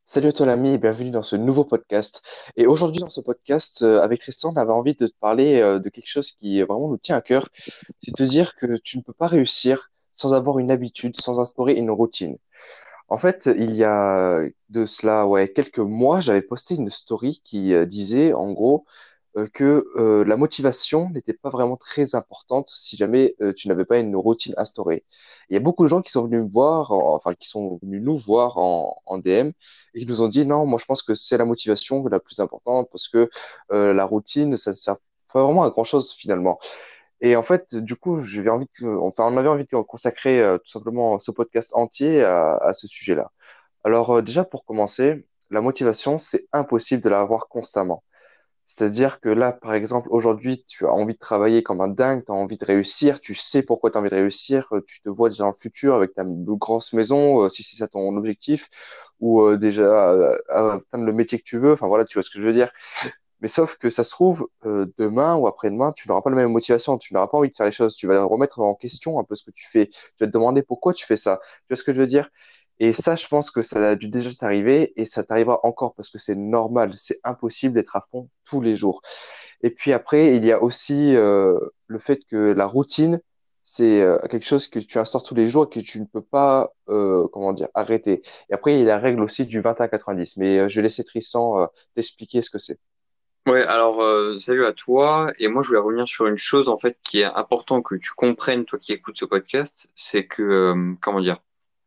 Salut à toi l'ami et bienvenue dans ce nouveau podcast. Et aujourd'hui dans ce podcast, avec Tristan, on avait envie de te parler de quelque chose qui vraiment nous tient à cœur. C'est te dire que tu ne peux pas réussir sans avoir une habitude, sans instaurer une routine. En fait, il y a de cela, ouais, quelques mois, j'avais posté une story qui disait en gros que la motivation n'était pas vraiment très importante si jamais tu n'avais pas une routine instaurée. Il y a beaucoup de gens qui sont venus me voir, enfin qui sont venus nous voir en DM et qui nous ont dit non, moi je pense que c'est la motivation la plus importante parce que la routine, ça ne sert pas vraiment à grand-chose finalement. Et en fait, du coup, on avait envie de consacrer tout simplement ce podcast entier à ce sujet-là. Alors déjà pour commencer, la motivation, c'est impossible de l'avoir constamment. C'est-à-dire que là, par exemple, aujourd'hui, tu as envie de travailler comme un dingue, tu as envie de réussir, tu sais pourquoi tu as envie de réussir, tu te vois déjà dans le futur avec ta grosse maison, si c'est ça ton objectif, ou déjà atteindre le métier que tu veux, enfin voilà, tu vois ce que je veux dire. Mais sauf que ça se trouve, demain ou après-demain, tu n'auras pas la même motivation, tu n'auras pas envie de faire les choses, tu vas remettre en question un peu ce que tu fais, tu vas te demander pourquoi tu fais ça. Tu vois ce que je veux dire? Et ça, je pense que ça a dû déjà t'arriver et ça t'arrivera encore parce que c'est normal, c'est impossible d'être à fond tous les jours. Et puis après, il y a aussi le fait que la routine, c'est quelque chose que tu instaures tous les jours et que tu ne peux pas, comment dire, arrêter. Et après, il y a la règle aussi du 21-90. Mais je vais laisser Tristan t'expliquer ce que c'est. Ouais, alors salut à toi. Et moi, je voulais revenir sur une chose en fait qui est important que tu comprennes, toi qui écoutes ce podcast, c'est que comment dire,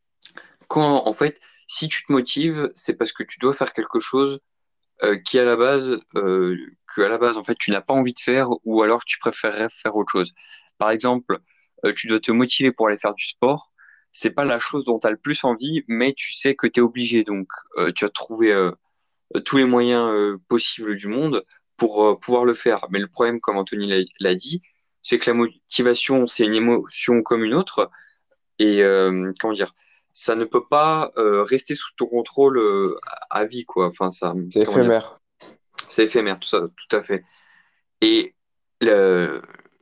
quand en fait, si tu te motives, c'est parce que tu dois faire quelque chose qui à la base, que à la base en fait tu n'as pas envie de faire, ou alors tu préférerais faire autre chose. Par exemple, tu dois te motiver pour aller faire du sport. C'est pas la chose dont tu as le plus envie, mais tu sais que tu es obligé, donc tu as trouvé tous les moyens possibles du monde pour pouvoir le faire. Mais le problème, comme Anthony l'a dit, c'est que la motivation, c'est une émotion comme une autre. Et comment dire, ça ne peut pas rester sous ton contrôle à vie, quoi. Enfin, ça, C'est comment dire, éphémère. c'est éphémère, tout ça, tout à fait. Et le-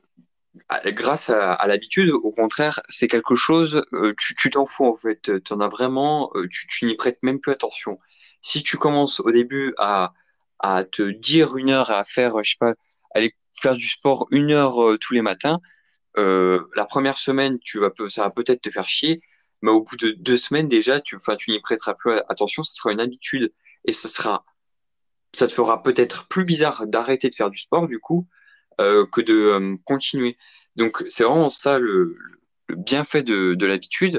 grâce à l'habitude, au contraire, c'est quelque chose, tu t'en fous en fait. Tu en as vraiment, tu n'y prêtes même plus attention. Si tu commences au début à te dire une heure à faire, je sais pas, aller faire du sport une heure tous les matins, la première semaine, ça va peut-être te faire chier, mais au bout de 2 semaines déjà, enfin, tu n'y prêteras plus attention, ça sera une habitude et ça te fera peut-être plus bizarre d'arrêter de faire du sport du coup que de continuer. Donc c'est vraiment ça le bienfait de l'habitude.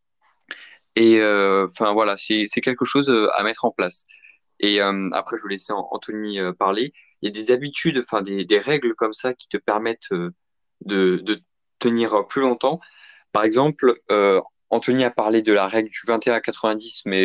Et enfin voilà, c'est quelque chose à mettre en place. Et après, je vais laisser Anthony parler. Il y a des habitudes, enfin des règles comme ça qui te permettent de tenir plus longtemps. Par exemple, Anthony a parlé de la règle du 21 à 90, mais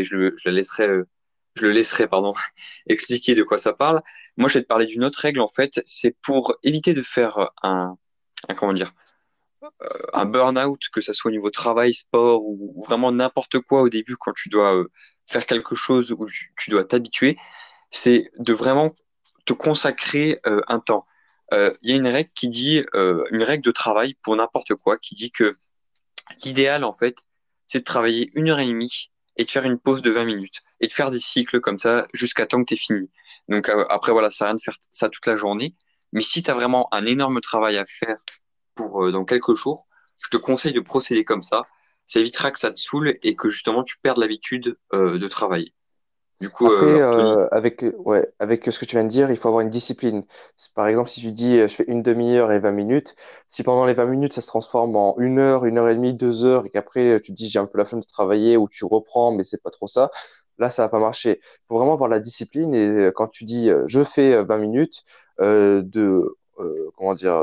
je le laisserai, pardon, expliquer de quoi ça parle. Moi, je vais te parler d'une autre règle, en fait. C'est pour éviter de faire comment dire, un burn-out, que ça soit au niveau travail, sport ou vraiment n'importe quoi au début quand tu dois faire quelque chose où tu dois t'habituer, c'est de vraiment te consacrer un temps. Il y a une règle qui dit, une règle de travail pour n'importe quoi, qui dit que l'idéal, en fait, c'est de travailler 1 heure et demie et de faire une pause de 20 minutes et de faire des cycles comme ça jusqu'à temps que tu es fini. Donc après, voilà, ça sert à rien de faire ça toute la journée. Mais si tu as vraiment un énorme travail à faire pour dans quelques jours, je te conseille de procéder comme ça. Ça évitera que ça te saoule et que justement tu perdes l'habitude de travailler. Du coup, Après, Anthony, ouais, avec ce que tu viens de dire, il faut avoir une discipline. Par exemple, si tu dis je fais une demi-heure et 20 minutes, si pendant les 20 minutes ça se transforme en 1 heure et demie, 2 heures, et qu'après tu te dis j'ai un peu la flemme de travailler ou tu reprends, mais c'est pas trop ça, là ça va pas marcher. Il faut vraiment avoir la discipline et quand tu dis je fais 20 minutes comment dire,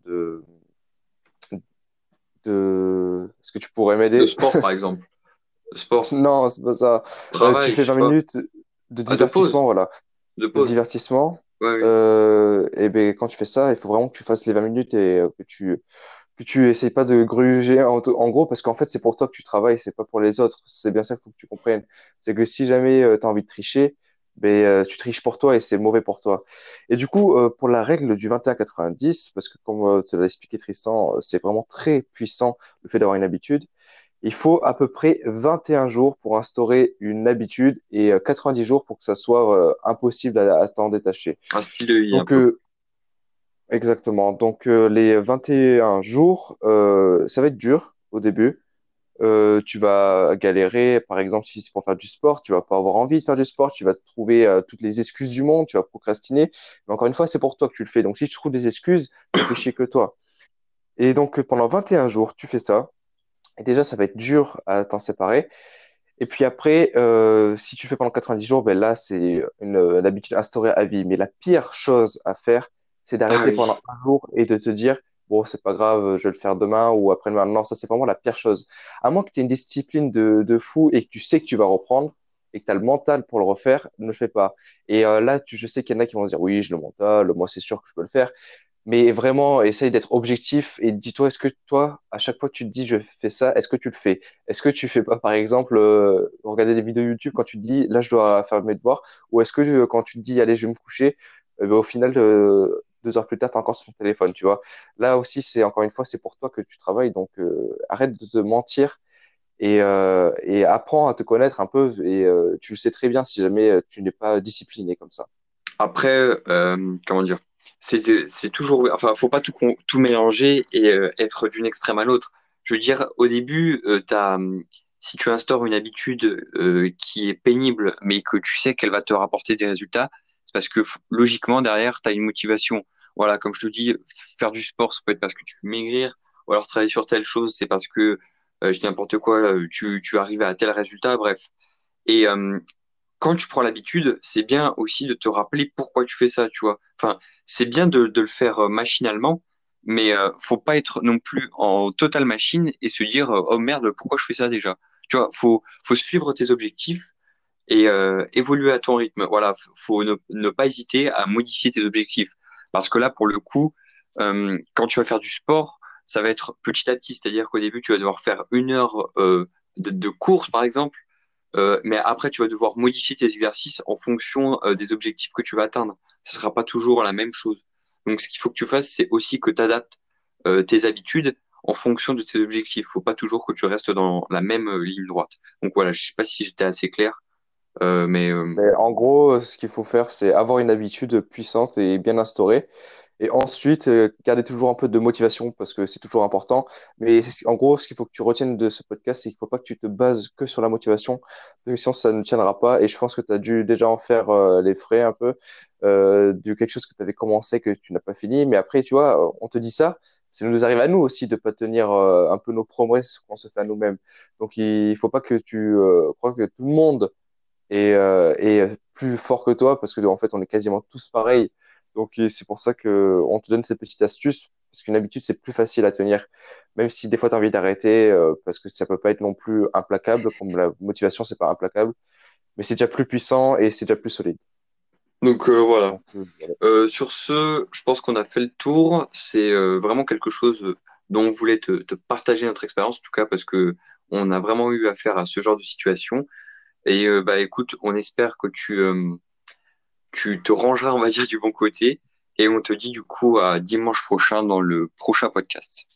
est-ce que tu pourrais de m'aider? sport par exemple, de sport, Non, c'est pas ça. Tu travail, fais je 20 sais pas, minutes de ah, de divertissement, pause, voilà. de De pause. divertissement. Ouais, oui. Et ben, quand tu fais ça, il faut vraiment que tu fasses les 20 minutes et que tu essayes pas de gruger en gros, parce qu'en fait, c'est pour toi que tu travailles, c'est pas pour les autres. C'est bien ça qu'il faut que tu comprennes. C'est que si jamais tu as envie de tricher, ben, tu triches pour toi et c'est mauvais pour toi. Et du coup, pour la règle du 21-90, parce que comme te l'a expliqué Tristan, c'est vraiment très puissant le fait d'avoir une habitude. Il faut à peu près 21 jours pour instaurer une habitude et 90 jours pour que ça soit impossible à s'en détacher. Un style de vie un Donc, peu. exactement. Donc, les 21 jours, ça va être dur au début. Tu vas galérer, par exemple, si c'est pour faire du sport, tu vas pas avoir envie de faire du sport, tu vas te trouver toutes les excuses du monde, tu vas procrastiner. Mais encore une fois, c'est pour toi que tu le fais. Donc, si tu trouves des excuses, ça fait chier que toi. Et donc, pendant 21 jours, tu fais ça. Et déjà, ça va être dur à t'en séparer. Et puis après, si tu fais pendant 90 jours, ben là, c'est une habitude instaurée à vie. Mais la pire chose à faire, c'est Ah d'arrêter oui. pendant un jour et de te dire, bon, c'est pas grave, je vais le faire demain ou après-demain. Non, ça, c'est vraiment la pire chose. À moins que tu aies une discipline de fou et que tu sais que tu vas reprendre et que tu as le mental pour le refaire, ne le fais pas. Et là, je sais qu'il y en a qui vont se dire, oui, j'ai le mental, moi, c'est sûr que je peux le faire. Mais vraiment, essaye d'être objectif et dis-toi, est-ce que toi, à chaque fois que tu te dis je fais ça, est-ce que tu le fais? Est-ce que tu fais pas, par exemple, regarder des vidéos YouTube quand tu te dis là, je dois faire mes devoirs? Ou est-ce que quand tu te dis allez, je vais me coucher, ben, au final, 2 heures plus tard, tu es encore sur ton téléphone, tu vois? Là aussi, c'est encore une fois, c'est pour toi que tu travailles, donc arrête de te mentir et apprends à te connaître un peu. Et tu le sais très bien si jamais tu n'es pas discipliné comme ça. Après, comment dire, c'est toujours, enfin, faut pas tout mélanger et être d'une extrême à l'autre. Je veux dire, au début, si tu instaures une habitude qui est pénible, mais que tu sais qu'elle va te rapporter des résultats, c'est parce que logiquement derrière, tu as une motivation. Voilà, comme je te dis, faire du sport, ça peut être parce que tu veux maigrir, ou alors travailler sur telle chose, c'est parce que je dis n'importe quoi, tu arrives à tel résultat, bref. Et quand tu prends l'habitude, c'est bien aussi de te rappeler pourquoi tu fais ça, tu vois. Enfin, c'est bien de le faire machinalement, mais faut pas être non plus en totale machine et se dire oh merde, pourquoi je fais ça déjà? Tu vois, faut suivre tes objectifs et évoluer à ton rythme. Voilà, faut ne pas hésiter à modifier tes objectifs parce que là, pour le coup, quand tu vas faire du sport, ça va être petit à petit, c'est-à-dire qu'au début, tu vas devoir faire 1 heure de course, par exemple. Mais après, tu vas devoir modifier tes exercices en fonction des objectifs que tu vas atteindre. Ce sera pas toujours la même chose. Donc, ce qu'il faut que tu fasses, c'est aussi que tu adaptes tes habitudes en fonction de tes objectifs. Faut pas toujours que tu restes dans la même ligne droite. Donc voilà, je sais pas si j'étais assez clair, mais Mais en gros, ce qu'il faut faire, c'est avoir une habitude puissante et bien instaurée. Et ensuite, garder toujours un peu de motivation parce que c'est toujours important. Mais en gros, ce qu'il faut que tu retiennes de ce podcast, c'est qu'il ne faut pas que tu te bases que sur la motivation. Parce que sinon, ça ne tiendra pas. Et je pense que tu as dû déjà en faire les frais un peu de quelque chose que tu avais commencé, que tu n'as pas fini. Mais après, tu vois, on te dit ça. Ça nous arrive à nous aussi de pas tenir un peu nos promesses qu'on se fait à nous-mêmes. Donc, il faut pas que tu crois que tout le monde et plus fort que toi parce que en fait on est quasiment tous pareils. Donc c'est pour ça que on te donne ces petites astuces parce qu'une habitude c'est plus facile à tenir, même si des fois tu as envie d'arrêter parce que ça peut pas être non plus implacable comme la motivation c'est pas implacable, mais c'est déjà plus puissant et c'est déjà plus solide. donc voilà. Donc voilà. Sur ce, je pense qu'on a fait le tour. C'est vraiment quelque chose dont on voulait te partager notre expérience, en tout cas parce que on a vraiment eu affaire à ce genre de situation. Et bah écoute, on espère que tu te rangeras, on va dire, du bon côté. Et on te dit du coup à dimanche prochain dans le prochain podcast.